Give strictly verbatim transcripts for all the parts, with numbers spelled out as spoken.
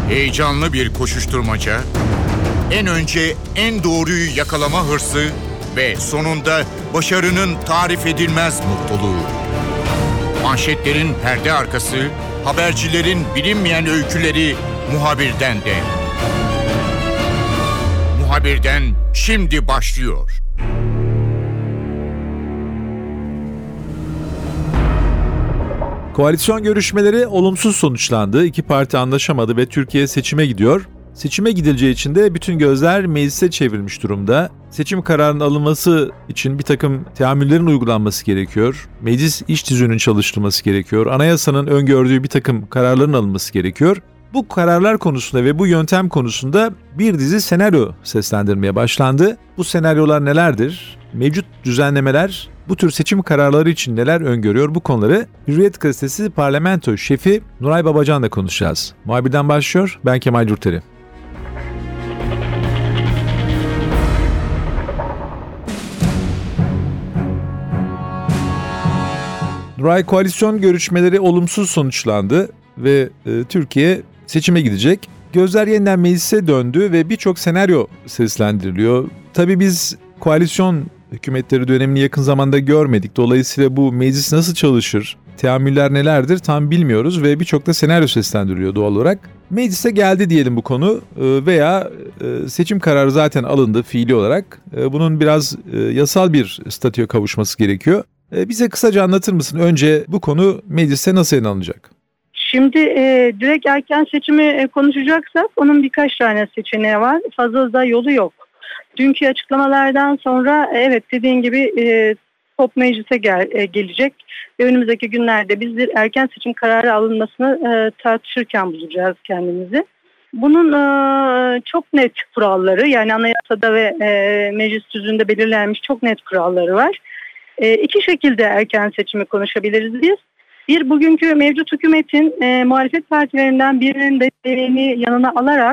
Heyecanlı bir koşuşturmaca, en önce en doğruyu yakalama hırsı ve sonunda başarının tarif edilmez mutluluğu. Manşetlerin perde arkası, habercilerin bilinmeyen öyküleri muhabirden de. Muhabirden şimdi başlıyor. Koalisyon görüşmeleri olumsuz sonuçlandı. İki parti anlaşamadı ve Türkiye seçime gidiyor. Seçime gidileceği için de bütün gözler meclise çevrilmiş durumda. Seçim kararının alınması için bir takım teamüllerin uygulanması gerekiyor. Meclis iş tüzüğünün çalıştırılması gerekiyor. Anayasanın öngördüğü bir takım kararların alınması gerekiyor. Bu kararlar konusunda ve bu yöntem konusunda bir dizi senaryo seslendirmeye başlandı. Bu senaryolar nelerdir? Mevcut düzenlemeler bu tür seçim kararları için neler öngörüyor? Bu konuları Hürriyet Gazetesi Parlamento Şefi Nuray Babacan'la konuşacağız. Muhabirden başlıyor. Ben Kemal Yurteri. Nuray, koalisyon görüşmeleri olumsuz sonuçlandı ve e, Türkiye seçime gidecek. Gözler yeniden meclise döndü ve birçok senaryo seslendiriliyor. Tabii biz koalisyon hükümetleri dönemini yakın zamanda görmedik. Dolayısıyla bu meclis nasıl çalışır, teamüller nelerdir tam bilmiyoruz ve birçok da senaryo seslendiriliyor doğal olarak. Meclise geldi diyelim bu konu veya seçim kararı zaten alındı fiili olarak. Bunun biraz yasal bir statüye kavuşması gerekiyor. Bize kısaca anlatır mısın? Önce bu konu mecliste nasıl ele alınacak? Şimdi e, direkt erken seçimi e, konuşacaksak onun birkaç tane seçeneği var. Fazla da yolu yok. Dünkü açıklamalardan sonra evet dediğin gibi e, top meclise gel, e, gelecek ve önümüzdeki günlerde biz bir erken seçim kararı alınmasını e, tartışırken bulacağız kendimizi. Bunun e, çok net kuralları, yani anayasada ve e, meclis tüzüğünde belirlenmiş çok net kuralları var. E, iki şekilde erken seçimi konuşabiliriz biz. Bir, bugünkü mevcut hükümetin e, muhalefet partilerinden birinin desteğini yanına alarak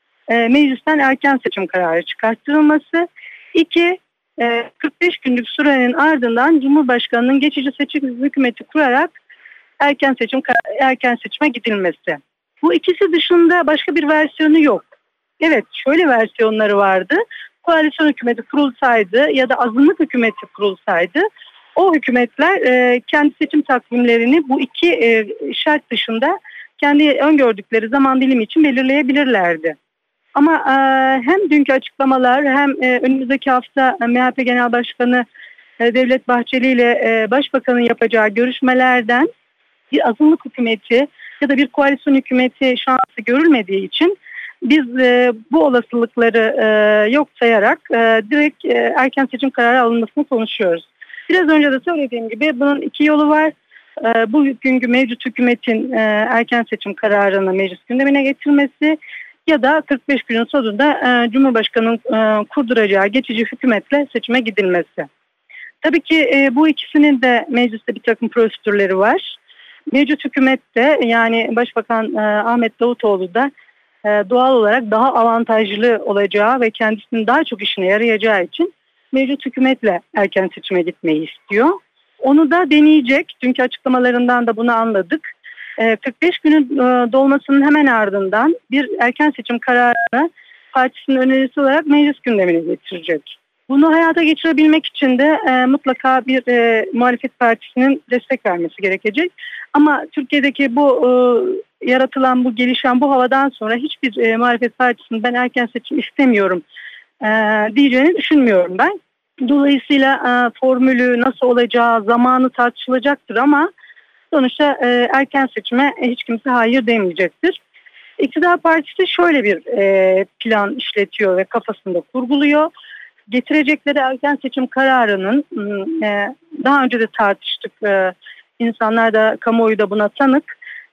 e, meclisten erken seçim kararı çıkarttırılması. İki, e, kırk beş günlük sürenin ardından Cumhurbaşkanı'nın geçici seçim hükümeti kurarak erken seçim erken seçime gidilmesi. Bu ikisi dışında başka bir versiyonu yok. Evet, şöyle versiyonları vardı. Koalisyon hükümeti kurulsaydı ya da azınlık hükümeti kurulsaydı, o hükümetler e, kendi seçim takvimlerini bu iki e, şart dışında kendi öngördükleri zaman dilimi için belirleyebilirlerdi. Ama e, hem dünkü açıklamalar hem e, önümüzdeki hafta e, M H P Genel Başkanı e, Devlet Bahçeli ile e, Başbakan'ın yapacağı görüşmelerden bir azınlık hükümeti ya da bir koalisyon hükümeti şansı görülmediği için biz e, bu olasılıkları e, yok sayarak e, direkt e, erken seçim kararı alınmasını konuşuyoruz. Biraz önce de söylediğim gibi bunun iki yolu var. E, bugünkü mevcut hükümetin e, erken seçim kararını meclis gündemine getirmesi ya da kırk beş günün sonunda e, Cumhurbaşkanı'nın e, kurduracağı geçici hükümetle seçime gidilmesi. Tabii ki e, bu ikisinin de mecliste bir takım prosedürleri var. Mevcut hükümette, yani Başbakan e, Ahmet Davutoğlu da e, doğal olarak daha avantajlı olacağı ve kendisinin daha çok işine yarayacağı için mevcut hükümetle erken seçime gitmeyi istiyor. Onu da deneyecek. Dünkü açıklamalarından da bunu anladık. kırk beş günün dolmasının hemen ardından bir erken seçim kararını partisinin önerisi olarak meclis gündemine getirecek. Bunu hayata geçirebilmek için de mutlaka bir muhalefet partisinin destek vermesi gerekecek. Ama Türkiye'deki bu yaratılan, bu gelişen bu havadan sonra hiçbir muhalefet partisinin ben erken seçim istemiyorum E, diyeceğini düşünmüyorum ben. Dolayısıyla e, formülü nasıl olacağı, zamanı tartışılacaktır ama sonuçta e, erken seçime hiç kimse hayır demeyecektir. İktidar Partisi şöyle bir e, plan işletiyor ve kafasında kurguluyor. Getirecekleri erken seçim kararının e, daha önce de tartıştık, e, insanlar da, kamuoyu da buna tanık.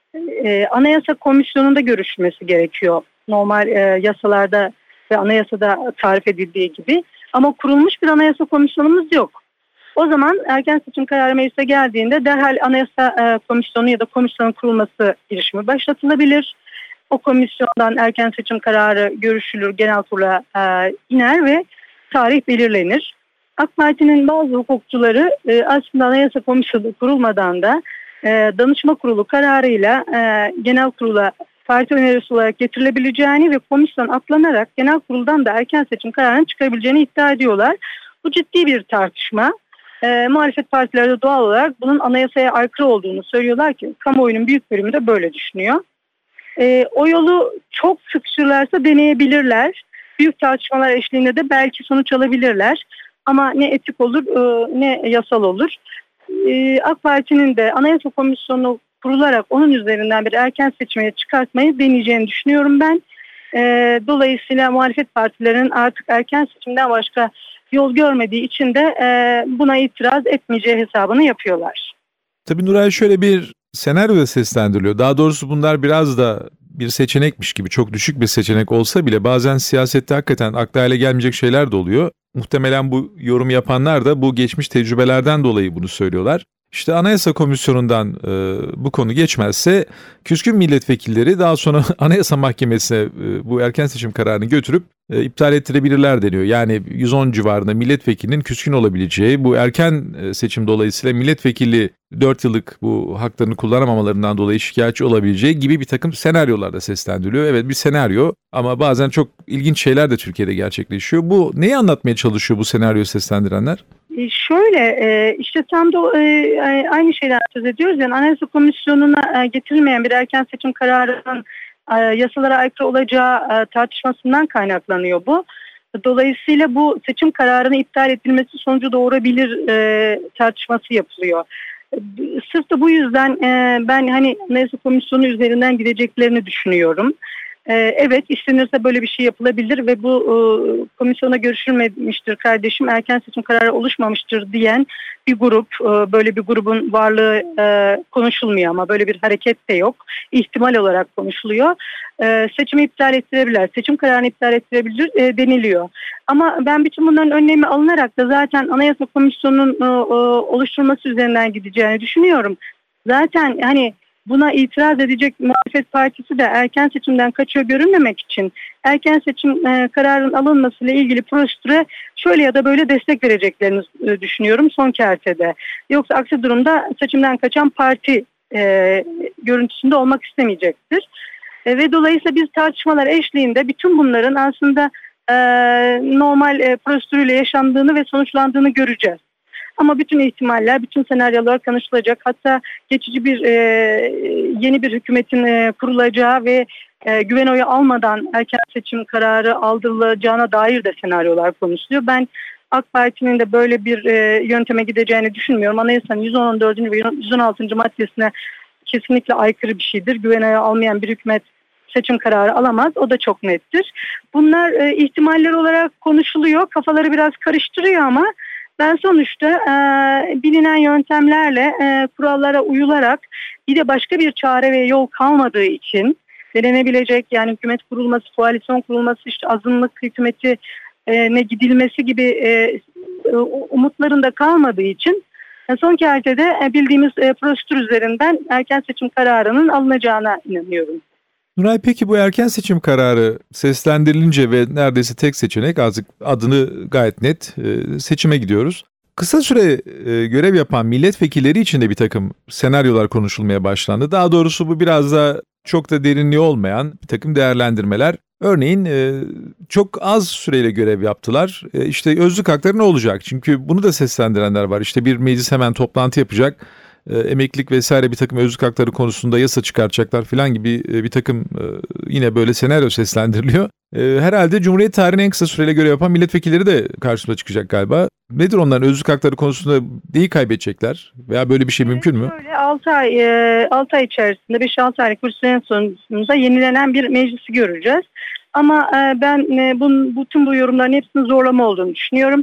E, Anayasa Komisyonu'nda görüşmesi gerekiyor. Normal e, yasalarda ve anayasada tarif edildiği gibi. Ama kurulmuş bir anayasa komisyonumuz yok. O zaman erken seçim kararı meclise geldiğinde derhal anayasa e, komisyonu ya da komisyonun kurulması girişimi başlatılabilir. O komisyondan erken seçim kararı görüşülür, genel kurula e, iner ve tarih belirlenir. AK Parti'nin bazı hukukçuları e, aslında anayasa komisyonu kurulmadan da e, danışma kurulu kararıyla e, genel kurula parti önerisi olarak getirilebileceğini ve komisyon atlanarak genel kuruldan da erken seçim kararının çıkabileceğini iddia ediyorlar. Bu ciddi bir tartışma. E, muhalefet partileri de doğal olarak bunun anayasaya aykırı olduğunu söylüyorlar ki kamuoyunun büyük bölümü de böyle düşünüyor. E, o yolu çok sıkışırlarsa deneyebilirler. Büyük tartışmalar eşliğinde de belki sonuç alabilirler. Ama ne etik olur e, ne yasal olur. E, AK Parti'nin de Anayasa Komisyonu kurularak onun üzerinden bir erken seçime çıkartmayı deneyeceğini düşünüyorum ben. E, dolayısıyla muhalefet partilerinin artık erken seçimden başka yol görmediği için de e, buna itiraz etmeyeceği hesabını yapıyorlar. Tabii Nuray, şöyle bir senaryo da seslendiriliyor. Daha doğrusu bunlar biraz da bir seçenekmiş gibi, çok düşük bir seçenek olsa bile bazen siyasette hakikaten akla hale gelmeyecek şeyler de oluyor. Muhtemelen bu yorum yapanlar da bu geçmiş tecrübelerden dolayı bunu söylüyorlar. İşte Anayasa Komisyonu'ndan e, bu konu geçmezse küskün milletvekilleri daha sonra Anayasa Mahkemesi'ne e, bu erken seçim kararını götürüp e, iptal ettirebilirler deniyor. Yani yüz on civarında milletvekilinin küskün olabileceği, bu erken e, seçim dolayısıyla milletvekili dört yıllık bu haklarını kullanamamalarından dolayı şikayetçi olabileceği gibi bir takım senaryolar da seslendiriliyor. Evet, bir senaryo ama bazen çok ilginç şeyler de Türkiye'de gerçekleşiyor. Bu neyi anlatmaya çalışıyor bu senaryoyu seslendirenler? Şöyle işte tam da aynı şeyden söz ediyoruz. Yani Anayasa Komisyonu'na getirilmeyen bir erken seçim kararının yasalara aykırı olacağı tartışmasından kaynaklanıyor bu. Dolayısıyla bu seçim kararının iptal edilmesi sonucu doğurabilir tartışması yapılıyor. Sırf da bu yüzden ben hani Anayasa Komisyonu üzerinden gideceklerini düşünüyorum. Evet, istenirse böyle bir şey yapılabilir ve bu e, komisyona görüşülmemiştir kardeşim, erken seçim kararı oluşmamıştır diyen bir grup, e, böyle bir grubun varlığı e, konuşulmuyor ama böyle bir hareket de yok. İhtimal olarak konuşuluyor. E, seçimi iptal ettirebilirler, seçim kararını iptal ettirebilir e, deniliyor. Ama ben bütün bunların önlemi alınarak da zaten Anayasa Komisyonu'nun e, e, oluşturulması üzerinden gideceğini düşünüyorum. Zaten hani buna itiraz edecek muhalefet partisi de erken seçimden kaçıyor görünmemek için erken seçim e, kararının alınmasıyla ilgili prosedüre şöyle ya da böyle destek vereceklerini e, düşünüyorum son kertede. Yoksa aksi durumda seçimden kaçan parti e, görüntüsünde olmak istemeyecektir. E, ve dolayısıyla biz tartışmalar eşliğinde bütün bunların aslında e, normal e, prosedürüyle yaşandığını ve sonuçlandığını göreceğiz. Ama bütün ihtimaller, bütün senaryolar konuşulacak. Hatta geçici bir e, yeni bir hükümetin e, kurulacağı ve e, güven oyu almadan erken seçim kararı aldırılacağına dair de senaryolar konuşuluyor. Ben AK Parti'nin de böyle bir e, yönteme gideceğini düşünmüyorum. Anayasanın yüz on dördüncü ve yüz on altıncı maddesine kesinlikle aykırı bir şeydir. Güven oyu almayan bir hükümet seçim kararı alamaz. O da çok nettir. Bunlar e, ihtimaller olarak konuşuluyor. Kafaları biraz karıştırıyor ama ben sonuçta e, bilinen yöntemlerle e, kurallara uyularak bir de başka bir çare ve yol kalmadığı için denenebilecek yani hükümet kurulması, koalisyon kurulması, işte azınlık hükümeti e, ne gidilmesi gibi e, umutların da kalmadığı için e, son kertede e, bildiğimiz e, prosedür üzerinden erken seçim kararının alınacağına inanıyorum. Nuray, peki bu erken seçim kararı seslendirilince ve neredeyse tek seçenek, artık adını gayet net, e, seçime gidiyoruz. Kısa süre e, görev yapan milletvekilleri için de bir takım senaryolar konuşulmaya başlandı. Daha doğrusu bu biraz da çok da derinliği olmayan bir takım değerlendirmeler. Örneğin e, çok az süreyle görev yaptılar. E, işte özlük hakları ne olacak? Çünkü bunu da seslendirenler var. İşte bir meclis hemen toplantı yapacak. E, emeklilik vesaire bir takım özlük hakları konusunda yasa çıkartacaklar falan gibi e, bir takım e, yine böyle senaryo seslendiriliyor. E, herhalde Cumhuriyet tarihinin en kısa süreyle görev yapan milletvekilleri de karşımıza çıkacak galiba. Nedir onların özlük hakları konusunda neyi kaybedecekler? Veya böyle bir şey mümkün mü? Böyle altı ay, altı ay içerisinde beş altı aylık bir sürenin sonunda yenilenen bir meclisi göreceğiz. Ama ben bunun, bütün bu yorumların hepsinin zorlama olduğunu düşünüyorum.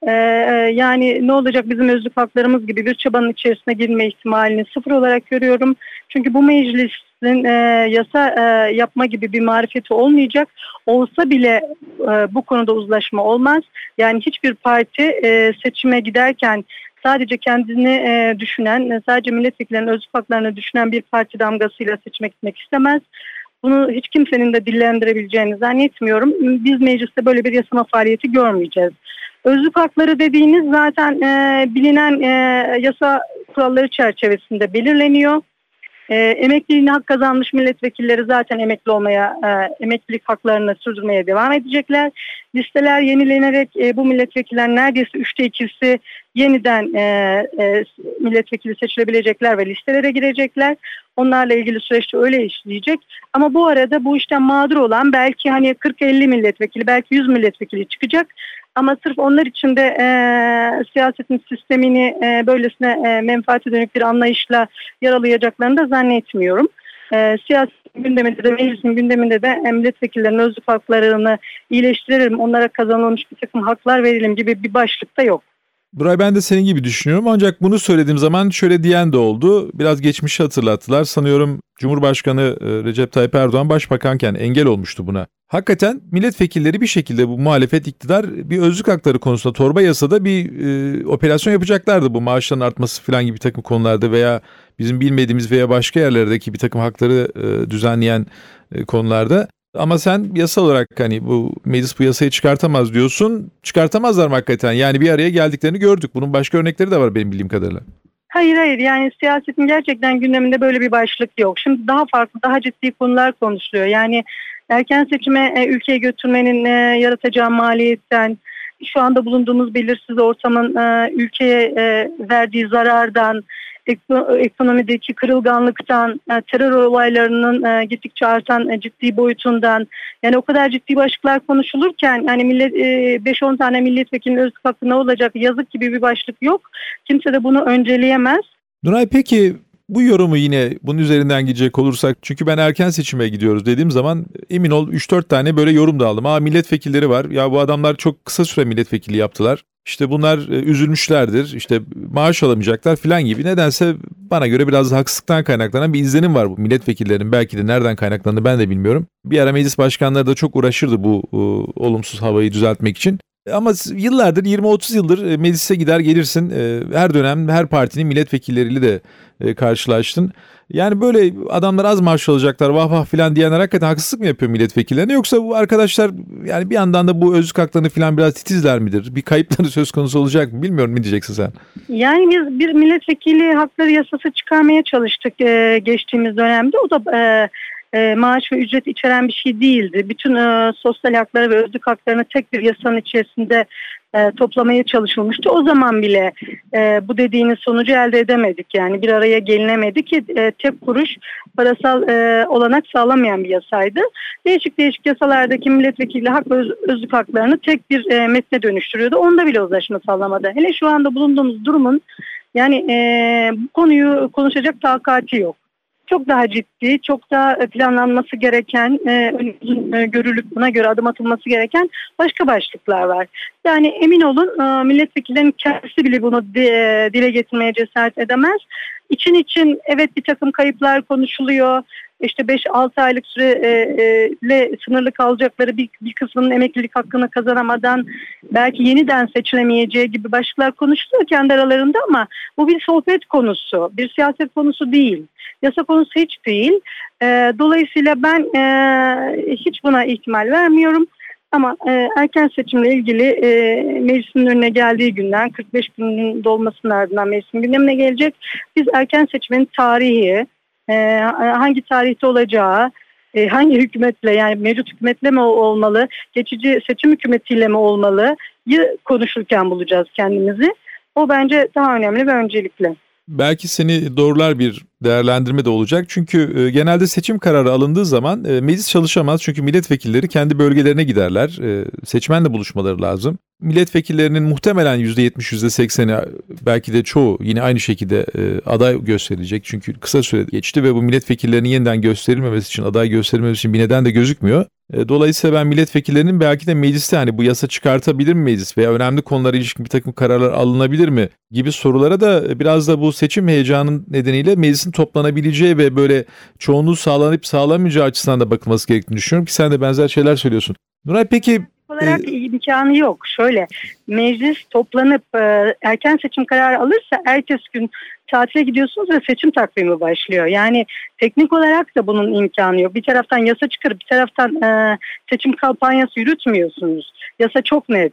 Yani ne olacak bizim özlük haklarımız gibi bir çabanın içerisine girme ihtimalini sıfır olarak görüyorum. Çünkü bu meclisin yasa yapma gibi bir marifeti olmayacak. Olsa bile bu konuda uzlaşma olmaz. Yani hiçbir parti seçime giderken sadece kendini düşünen, sadece milletvekillerinin özlük haklarını düşünen bir parti damgasıyla seçime gitmek istemez. Bunu hiç kimsenin de dillendirebileceğini zannetmiyorum. Biz mecliste böyle bir yasama faaliyeti görmeyeceğiz. Özlük hakları dediğiniz zaten e, bilinen e, yasa kuralları çerçevesinde belirleniyor. E, emekliliğine hak kazanmış milletvekilleri zaten emekli olmaya, e, emeklilik haklarını sürdürmeye devam edecekler. Listeler yenilenerek e, bu milletvekillerinin neredeyse üçte ikisi yeniden e, e, milletvekili seçilebilecekler ve listelere girecekler. Onlarla ilgili süreçte öyle işleyecek. Ama bu arada bu işten mağdur olan belki hani kırk elli milletvekili, belki yüz milletvekili çıkacak. Ama sırf onlar için de e, siyasetin sistemini e, böylesine e, menfaate dönük bir anlayışla yaralayacaklarını da zannetmiyorum. E, siyasetin gündeminde de, meclisin gündeminde de e, milletvekillerinin özlük haklarını iyileştirelim, onlara kazanılmış bir takım haklar verelim gibi bir başlık da yok. Buray, ben de senin gibi düşünüyorum, ancak bunu söylediğim zaman şöyle diyen de oldu. Biraz geçmişi hatırlattılar. Sanıyorum Cumhurbaşkanı Recep Tayyip Erdoğan başbakanken engel olmuştu buna. Hakikaten milletvekilleri bir şekilde, bu muhalefet iktidar, bir özlük hakları konusunda torba yasada bir e, operasyon yapacaklardı. Bu maaşların artması falan gibi bir takım konularda veya bizim bilmediğimiz veya başka yerlerdeki bir takım hakları e, düzenleyen e, konularda. Ama sen yasal olarak hani bu meclis bu yasayı çıkartamaz diyorsun. Çıkartamazlar mı hakikaten? Yani bir araya geldiklerini gördük. Bunun başka örnekleri de var benim bildiğim kadarıyla. Hayır hayır yani siyasetin gerçekten gündeminde böyle bir başlık yok. Şimdi daha farklı, daha ciddi konular konuşuluyor. Yani erken seçime e, ülkeyi götürmenin e, yaratacağı maliyetten, şu anda bulunduğumuz belirsiz ortamın e, ülkeye e, verdiği zarardan, ekonomideki kırılganlıktan, terör olaylarının e, gittikçe artan e, ciddi boyutundan, yani o kadar ciddi başlıklar konuşulurken yani millet e, beş on tane milletvekilinin özlük hakkı ne olacak, yazık gibi bir başlık yok. Kimse de bunu önceleyemez. Nuray, peki bu yorumu yine bunun üzerinden gidecek olursak, çünkü ben erken seçime gidiyoruz dediğim zaman emin ol üç dört tane böyle yorum da aldım. Aa, milletvekilleri var. Ya bu adamlar çok kısa süre milletvekili yaptılar. İşte bunlar e, üzülmüşlerdir, işte maaş alamayacaklar falan gibi. Nedense bana göre biraz haksızlıktan kaynaklanan bir izlenim var bu milletvekillerinin. Belki de nereden kaynaklandığını ben de bilmiyorum. Bir ara meclis başkanları da çok uğraşırdı bu e, olumsuz havayı düzeltmek için. Ama yıllardır, yirmi otuz yıldır e, meclise gider gelirsin. E, her dönem her partinin milletvekilleriyle de e, karşılaştın. Yani böyle adamlar az maaş alacaklar vah vah filan diyenler hakikaten haksızlık mı yapıyor milletvekillerine? Yoksa bu arkadaşlar yani bir yandan da bu özlük haklarını filan biraz titizler midir? Bir kayıpları söz konusu olacak mı? Bilmiyorum, ne diyeceksin sen? Yani biz bir milletvekili hakları yasası çıkarmaya çalıştık e, geçtiğimiz dönemde. O da e, e, maaş ve ücret içeren bir şey değildi. Bütün e, sosyal hakları ve özlük haklarını tek bir yasanın içerisinde e, toplamaya çalışılmıştı. O zaman bile e, bu dediğiniz sonucu elde edemedik. Yani bir araya gelinemedi ki e, tek kuruş parasal e, olanak sağlamayan bir yasaydı. Değişik değişik yasalardaki milletvekili hak ve öz, özlük haklarını tek bir e, metne dönüştürüyordu. Onda bile uzlaşma sağlamadı. Hele şu anda bulunduğumuz durumun yani e, bu konuyu konuşacak takati yok. Çok daha ciddi, çok daha planlanması gereken, e, e, görülüp buna göre adım atılması gereken başka başlıklar var. Yani emin olun e, milletvekillerinin kendisi bile bunu de, e, dile getirmeye cesaret edemez. İçin için evet bir takım kayıplar konuşuluyor. İşte beş altı aylık süreyle sınırlı kalacakları bir, bir kısmının emeklilik hakkını kazanamadan belki yeniden seçilemeyeceği gibi başlıklar konuşuluyor kendi aralarında, ama bu bir sohbet konusu, bir siyaset konusu değil. Yasa konusu hiç değil. E, dolayısıyla ben e, hiç buna ihtimal vermiyorum. Ama e, erken seçimle ilgili e, meclisin önüne geldiği günden kırk beş günün dolmasının ardından meclisin gündemine gelecek. Biz erken seçimin tarihi, e, hangi tarihte olacağı, e, hangi hükümetle, yani mevcut hükümetle mi olmalı, geçici seçim hükümetiyle mi olmalı konuşurken bulacağız kendimizi. O bence daha önemli ve öncelikli. Belki seni doğrular bir değerlendirme de olacak. Çünkü e, genelde seçim kararı alındığı zaman e, meclis çalışamaz. Çünkü milletvekilleri kendi bölgelerine giderler. E, seçmenle buluşmaları lazım. Milletvekillerinin muhtemelen yüzde yetmiş yüzde sekseni, belki de çoğu yine aynı şekilde e, aday gösterilecek. Çünkü kısa süre geçti ve bu milletvekillerinin yeniden gösterilmemesi için, aday gösterilmemesi için bir neden de gözükmüyor. E, dolayısıyla ben milletvekillerinin belki de mecliste hani bu yasa çıkartabilir mi meclis veya önemli konulara ilişkin bir takım kararlar alınabilir mi gibi sorulara da biraz da bu seçim heyecanının nedeniyle meclisin toplanabileceği ve böyle çoğunluğu sağlanıp sağlamayacağı açısından da bakılması gerektiğini düşünüyorum ki sen de benzer şeyler söylüyorsun. Nuray, peki olarak e, imkanı yok. Şöyle, meclis toplanıp e, erken seçim kararı alırsa ertesi gün tatile gidiyorsunuz ve seçim takvimi başlıyor. Yani teknik olarak da bunun imkanı yok. Bir taraftan yasa çıkarıp bir taraftan e, seçim kampanyası yürütmüyorsunuz. Yasa çok net.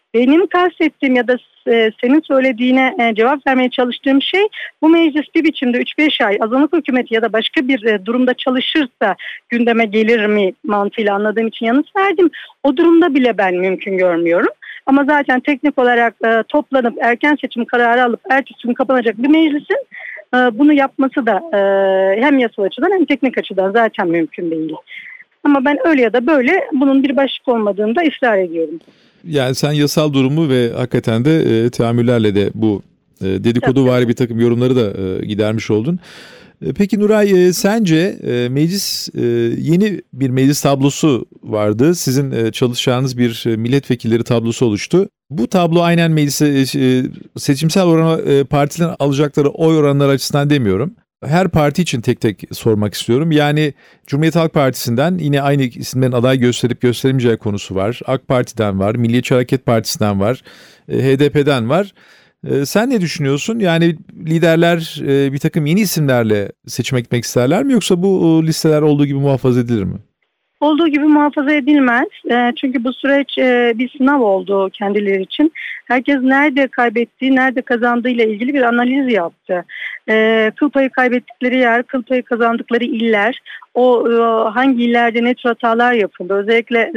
Benim kastettiğim ya da e, senin söylediğine e, cevap vermeye çalıştığım şey, bu meclis bir biçimde üç beş ay azınlık hükümeti ya da başka bir e, durumda çalışırsa gündeme gelir mi mantığıyla anladığım için yanıt verdim. O durumda bile ben mümkün görmüyorum. Ama zaten teknik olarak e, toplanıp erken seçim kararı alıp ertesi gün kapanacak bir meclisin e, bunu yapması da e, hem yasal açıdan hem teknik açıdan zaten mümkün değil. Ama ben öyle ya da böyle bunun bir başlık olmadığında ısrar ediyorum. Yani sen yasal durumu ve hakikaten de e, teamüllerle de bu e, dedikodu vari bir takım yorumları da e, gidermiş oldun. E, peki Nuray, e, sence e, meclis e, yeni bir meclis tablosu vardı. Sizin e, çalışacağınız bir e, milletvekilleri tablosu oluştu. Bu tablo aynen meclise e, seçimsel orana e, partilerin alacakları oy oranları açısından demiyorum. Her parti için tek tek sormak istiyorum. Yani Cumhuriyet Halk Partisi'nden yine aynı isimlerin aday gösterip gösterilmeyeceği konusu var. AK Parti'den var, Milliyetçi Hareket Partisi'nden var, H D P'den var. Sen ne düşünüyorsun? Yani liderler bir takım yeni isimlerle seçime gitmek isterler mi? Yoksa bu listeler olduğu gibi muhafaza edilir mi? Olduğu gibi muhafaza edilmez. E, çünkü bu süreç e, bir sınav oldu kendileri için. Herkes nerede kaybettiği, nerede kazandığı ile ilgili bir analiz yaptı. E, kıl payı kaybettikleri yer, kıl payı kazandıkları iller, o e, hangi illerde ne tür hatalar yapıldı. Özellikle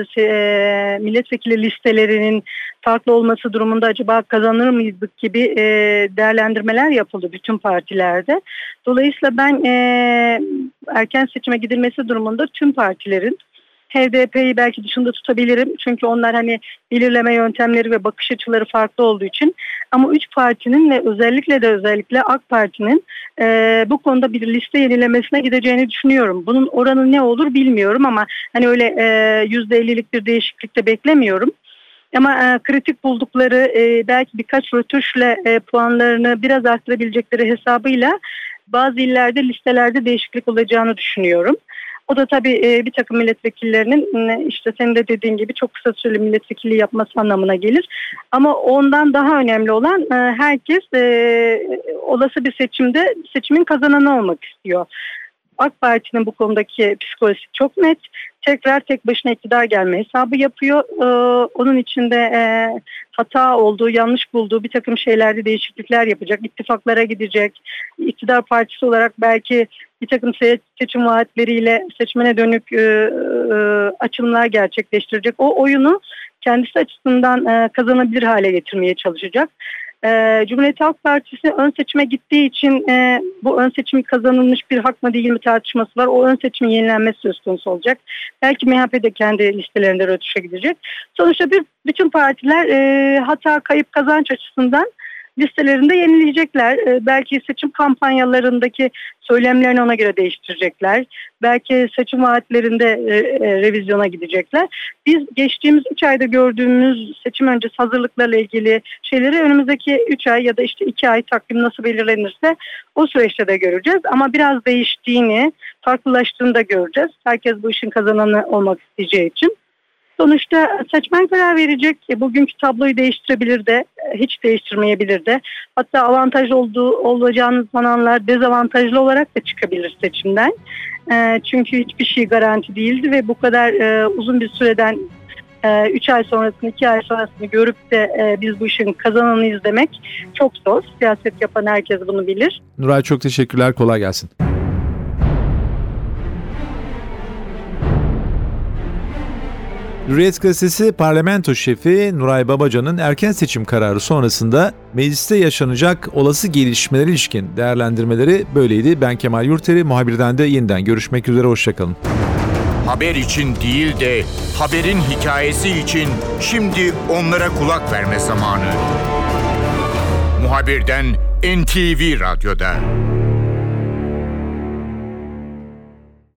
e, milletvekili listelerinin farklı olması durumunda acaba kazanır mıydık gibi e, değerlendirmeler yapıldı bütün partilerde. Dolayısıyla ben e, erken seçime gidilmesi durumunda tüm partilerin, H D P'yi belki dışında tutabilirim. Çünkü onlar hani belirleme yöntemleri ve bakış açıları farklı olduğu için. Ama üç partinin ve özellikle de özellikle AK Parti'nin e, bu konuda bir liste yenilemesine gideceğini düşünüyorum. Bunun oranı ne olur bilmiyorum ama hani öyle yüzde ellilik bir değişiklik de beklemiyorum. Ama e, kritik buldukları e, belki birkaç rötuşla e, puanlarını biraz arttırabilecekleri hesabıyla bazı illerde listelerde değişiklik olacağını düşünüyorum. O da tabii e, bir takım milletvekillerinin e, işte senin de dediğin gibi çok kısa süreli milletvekilliği yapması anlamına gelir. Ama ondan daha önemli olan e, herkes e, olası bir seçimde seçimin kazananı olmak istiyor. AK Parti'nin bu konudaki psikolojisi çok net. Tekrar tek başına iktidar gelme hesabı yapıyor. Ee, onun içinde e, hata olduğu, yanlış bulduğu bir takım şeylerde değişiklikler yapacak. İttifaklara gidecek. İktidar partisi olarak belki bir takım seçim vaatleriyle seçmene dönük e, e, açılımlar gerçekleştirecek. O oyunu kendisi açısından e, kazanabilir hale getirmeye çalışacak. Ee, Cumhuriyet Halk Partisi ön seçime gittiği için e, bu ön seçimi kazanılmış bir hak mı değil mi tartışması var. O ön seçimin yenilenmesi söz konusu olacak. Belki M H P de kendi listelerinde rötuşa gidecek. Sonuçta bir, bütün partiler e, hata, kayıp, kazanç açısından listelerinde yenileyecekler. E, belki seçim kampanyalarındaki söylemlerini ona göre değiştirecekler. Belki seçim vaatlerinde e, e, revizyona gidecekler. Biz geçtiğimiz üç ayda gördüğümüz seçim öncesi hazırlıklarla ilgili şeyleri önümüzdeki üç ay ya da işte iki ay takvim nasıl belirlenirse o süreçte de göreceğiz. Ama biraz değiştiğini, farklılaştığını da göreceğiz. Herkes bu işin kazananı olmak isteyeceği için. Sonuçta seçmen karar verecek. Bugünkü tabloyu değiştirebilir de, hiç değiştirmeyebilir de. Hatta avantaj olduğu olacağını sananlar dezavantajlı olarak da çıkabilir seçimden. E, çünkü hiçbir şey garanti değildi ve bu kadar e, uzun bir süreden üç ay sonrasını, iki ay sonrasını görüp de e, biz bu işin kazananıyız demek çok zor. Siyaset yapan herkes bunu bilir. Nuray, çok teşekkürler. Kolay gelsin. Hürriyet Gazetesi Parlamento Şefi Nuray Babacan'ın erken seçim kararı sonrasında mecliste yaşanacak olası gelişmelere ilişkin değerlendirmeleri böyleydi. Ben Kemal Yurteri, muhabirden de yeniden görüşmek üzere, hoşçakalın. Haber için değil de haberin hikayesi için şimdi onlara kulak verme zamanı. Muhabirden N T V Radyo'da.